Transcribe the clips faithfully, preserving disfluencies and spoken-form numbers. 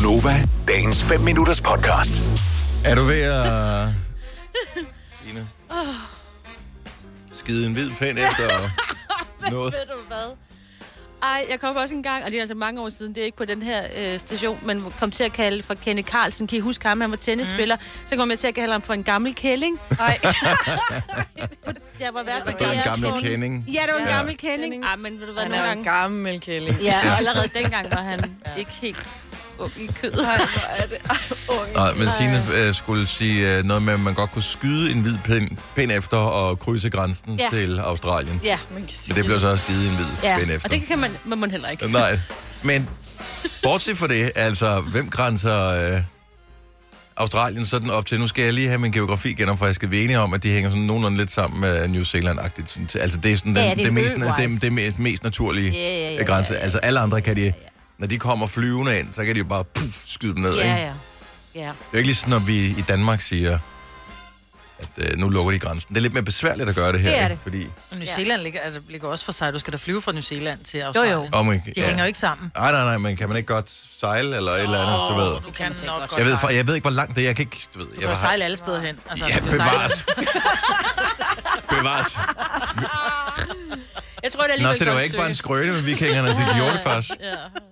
Gonova, dagens fem minutters podcast. Er du ved at... Signe? Skide en hvid pind efter noget? Ved du hvad? Ej, jeg kom også en gang, og det er altså mange år siden, det er ikke på den her øh, station, men kom til at kalde for Kenny Carlsen. Kan I huske ham? Han var tennisspiller. Mm. Så kom jeg til at kalde ham for en gammel kælling. Nej. Jeg var værd Der stod en gammel kending. Ja, det var en Ja. gammel kending. Ej, men ved du hvad, Han nogle er gange... en gammel kælling. Ja, og allerede dengang var han ikke helt ung i kødet. Nej, hvor er det ung. Nej, men Signe øh, skulle sige øh, noget med, at man godt kunne skyde en hvid pind, pind efter og krydse grænsen Ja. til Australien. Ja, Man kan sige. Men det blev så også skide en hvid ja. pind efter. Og det kan man, man må heller ikke. Nej, men bortset fra det, altså, hvem grænser øh, Australien sådan op til? Nu skal jeg lige have min geografi igen, for jeg skal være enige om, at de hænger sådan nogenlunde lidt sammen med New Zealand-agtigt. Sådan til- Altså, det er sådan den, Ja, det, det er det, mest, ø-wise. det, det mest, mest naturlige Ja, ja, ja, ja, grænse. ja, ja. Altså, alle andre kan de, Ja, ja. når de kommer flyvende ind, så kan de jo bare puff, skyde dem ned, Ja, ikke? ja. Ja. Det er jo ikke ligesom, når vi i Danmark siger, at øh, nu lukker de grænsen. Det er lidt mere besværligt at gøre det her, Det er ikke? det. Fordi... Og New Zealand ligger, altså, ligger også for sig. Du skal da flyve fra New Zealand til Australien. Jo, jo. Om, De ja. hænger jo ikke sammen. Nej, nej, nej, men kan man ikke godt sejle eller et eller andet, du ved? Du kan nok godt Jeg ved, for, sejle. jeg ved ikke, hvor langt det er. Jeg kan ikke, du ved. Du Jeg kan var- sejle alle steder hen. Altså, Ja, du kan sejle- bevares. Bevares. Jeg tror, det er Nå, alligevel så det var et ikke godt bare en stykke. skrøne med vikingerne, de gjorde det først. Ja.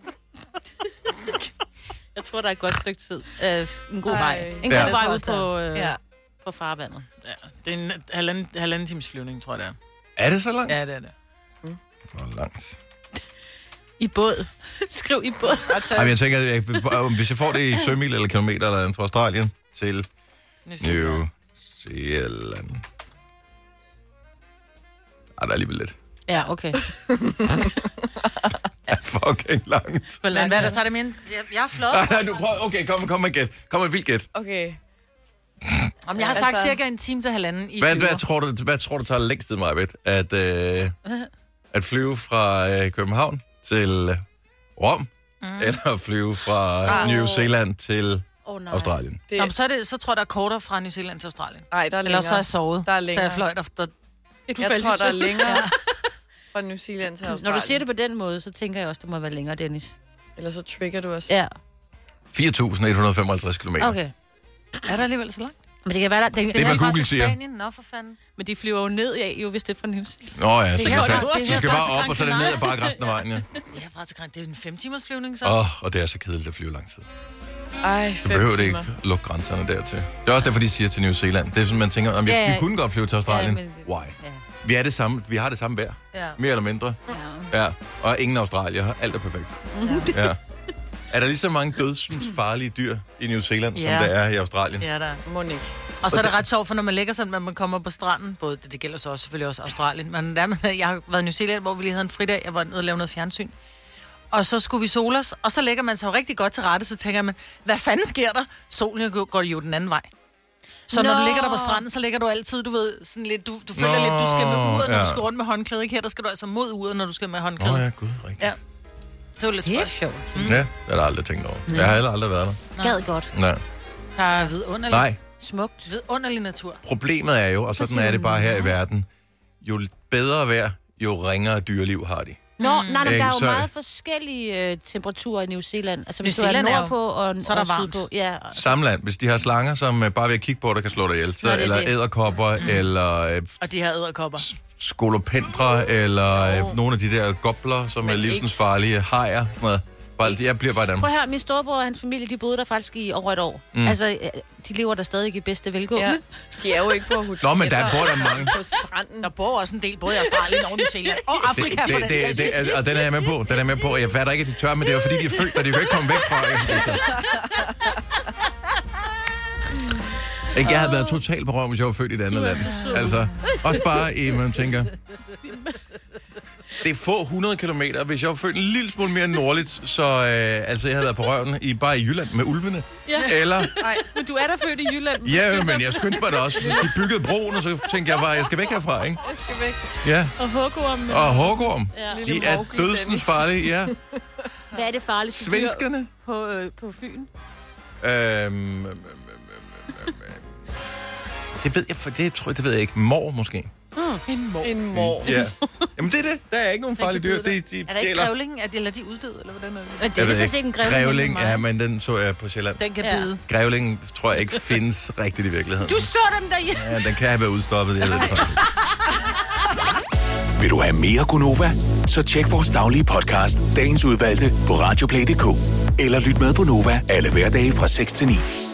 Jeg tror, der er et godt stykke tid. Øh, en god Ej. vej. En Ja. god Det vej tror ud jeg på, øh, Ja. på farvandet. Ja, det er en halvanden, halvanden times flyvning, tror jeg, det er. Er det så langt? Ja, det er det. Hvor langt? I båd. Skriv i båd. Ej, men jeg tænker, at jeg, hvis jeg får det i sømil eller kilometer eller andet fra Australien til New Zealand. New Zealand. Ej, der er alligevel lidt. Ja, okay. Ja, fucking langt. Men hvad der tager det med ind? Jeg, jeg er flot. Nej, nej, du prøv. Okay, kom, kom med gæt. Kom med vildt gæt. Okay. Om jeg har sagt Altså- cirka en time til halvanden i Hvad, flyver. hvad, tror du, hvad tror du tager længst tid, Majbet? At, øh, at flyve fra øh, København til Rom? Mm. Eller at flyve fra Ah. New Zealand til Oh, nej. Australien? Det, Nå, men så, er det, så tror jeg, der er kortere fra New Zealand til Australien. nej, der er Eller længere. så er jeg sovet, Der er da længere. jeg fløj der. der Du Jeg faldt i tror, der er søvn. længere fra New Zealand til Australien. Når du siger det på den måde, så tænker jeg også, det må være længere, Dennis. Eller så trigger du os. Ja, fire tusind et hundrede og femoghalvtreds kilometer. okay. er der alligevel så langt? Men det kan være, der, det, Det er, det, hvad Fra Google til siger. Spanien? Nå, for fanden. men de flyver jo ned af, jo, hvis det er fra New Zealand. Nå ja, så Det kan her- jeg det Du her skal fra bare til op, Gran og så er det ned Canaria. og bare resten af vejen, ja. Det er fra til Gran. Det er en fem timers flyvning, så. Åh, oh, og det er så kedeligt at flyve lang tid. Ej, Du fem behøver det timer. ikke lukke grænserne dertil. Det er også derfor, de siger til New Zealand. Det er sådan, man tænker, om vi, Ja, ja. vi kunne godt flyve til Australien. Ja, men- Why? Ja. Vi er det samme. Vi har det samme vejr. Ja. Mere eller mindre. Ja. Ja. Og ingen Australier. Alt er perfekt. Ja. Er der lige så mange dødsfarlige dyr i New Zealand, som Ja. der er i Australien? Ja, der er. Må ikke. Og så er det ret sjovt, for når man ligger sådan, at man kommer på stranden, både det, det gælder så også, selvfølgelig også Australien, men der, jeg har været i New Zealand, hvor vi lige havde en fridag, jeg var nede og lavede noget fjernsyn. Og så skulle vi sole os, og så lægger man sig jo rigtig godt til rette, så tænker man, hvad fanden sker der? Solen går går jo den anden vej. Så når Nå. du ligger der på stranden, så ligger du altid, du ved, sådan lidt, du, du føler Nå, lidt, du skal med uret, når ja. du skal rundt med håndklæde. Ikke? Her, der skal du altså mod uret, når du skal med håndklæde. Åh oh, ja, gud, rigtigt. Ja. Det var lidt Det er spøjst. sjovt. Mm. Ja, det har jeg aldrig tænkt over. Jeg har heller aldrig været der. Gad godt. Nej. Der er vidunderlig, Nej, Smukt. vidunderlig natur. problemet er jo, og sådan er det bare her i verden, jo bedre vejr, jo ringere dyreliv har de. Nå, nej, nej, der er jo Så- meget forskellige øh, temperaturer i New Zealand. Altså, hvis New du er Zealand er jo- nordpå og, så er der og varmt. sydpå. Ja, og- Samland, hvis de har slanger, som øh, bare ved at kigge på, der kan slå dig ihjel, så, Nå, det er eller det. æderkopper, mm. eller øh, Og de her æderkopper. skolopendre, eller øh, nogle af de der gobler, som Men er livsfarlige, hajer, sådan noget. Bare, jeg bliver bare i Prøv Danmark. at høre, min storebror og hans familie, de boede der faktisk i over et år. Mm. Altså, øh, de lever der stadig i bedste velgående. Ja. De er jo ikke på hoteller. Nå, men der bor der mange. På stranden. Der bor også en del, både i Australien og New Zealand. Og Det, Afrika, for det, den det, sags det, skyld. er- og den er jeg med på. Den er jeg med på. Jeg fatter ikke, at de tør, men det er jo fordi, de er født, og de kan ikke komme væk fra det. Altså. Ikke, jeg havde været totalt på røven, hvis jeg var født i et andet land. Altså, også bare i, man tænker... Det er få hundrede kilometer. Hvis jeg var født en lille smule mere nordligt, så øh, altså, jeg havde været på røven i, bare i Jylland med ulvene. Ja. Eller, Nej, men du er der født i Jylland. ja, men jeg skyndte mig da også. De byggede broen, og så tænkte jeg bare, jeg skal væk herfra, ikke? Jeg skal væk. Ja, Og hugorm. og hårgorm. Ja. De Lille er Mowgli, dødsens Dennis. farlige, ja. Hvad er det farligste dyr Svenskerne. på, øh, på Fyn? Øhm, øhm, øhm, øhm, øhm, øhm. Det ved jeg, for det, tror jeg, det ved jeg ikke. Mor, måske. Mm. En mor. En mor. Ja. Jamen det er det. Der er ikke nogen farlige dyr. De, de er der ikke stjæler. grævling? Er de, eller er de uddøde, eller hvordan er det? Men det Jeg er ved så ikke. set en grævling. Grævling, ja, men den så jeg på Sjælland. Den kan Ja. bide. Grævlingen tror jeg ikke findes rigtigt i virkeligheden. Du så den derhjemme. Ja, den kan have været udstoppet, jeg ved det faktisk. Vil du have mere Gunova? Så tjek vores daglige podcast, dagens udvalgte, på radioplay punktum d k. Eller lyt med på Nova alle hverdage fra seks til ni.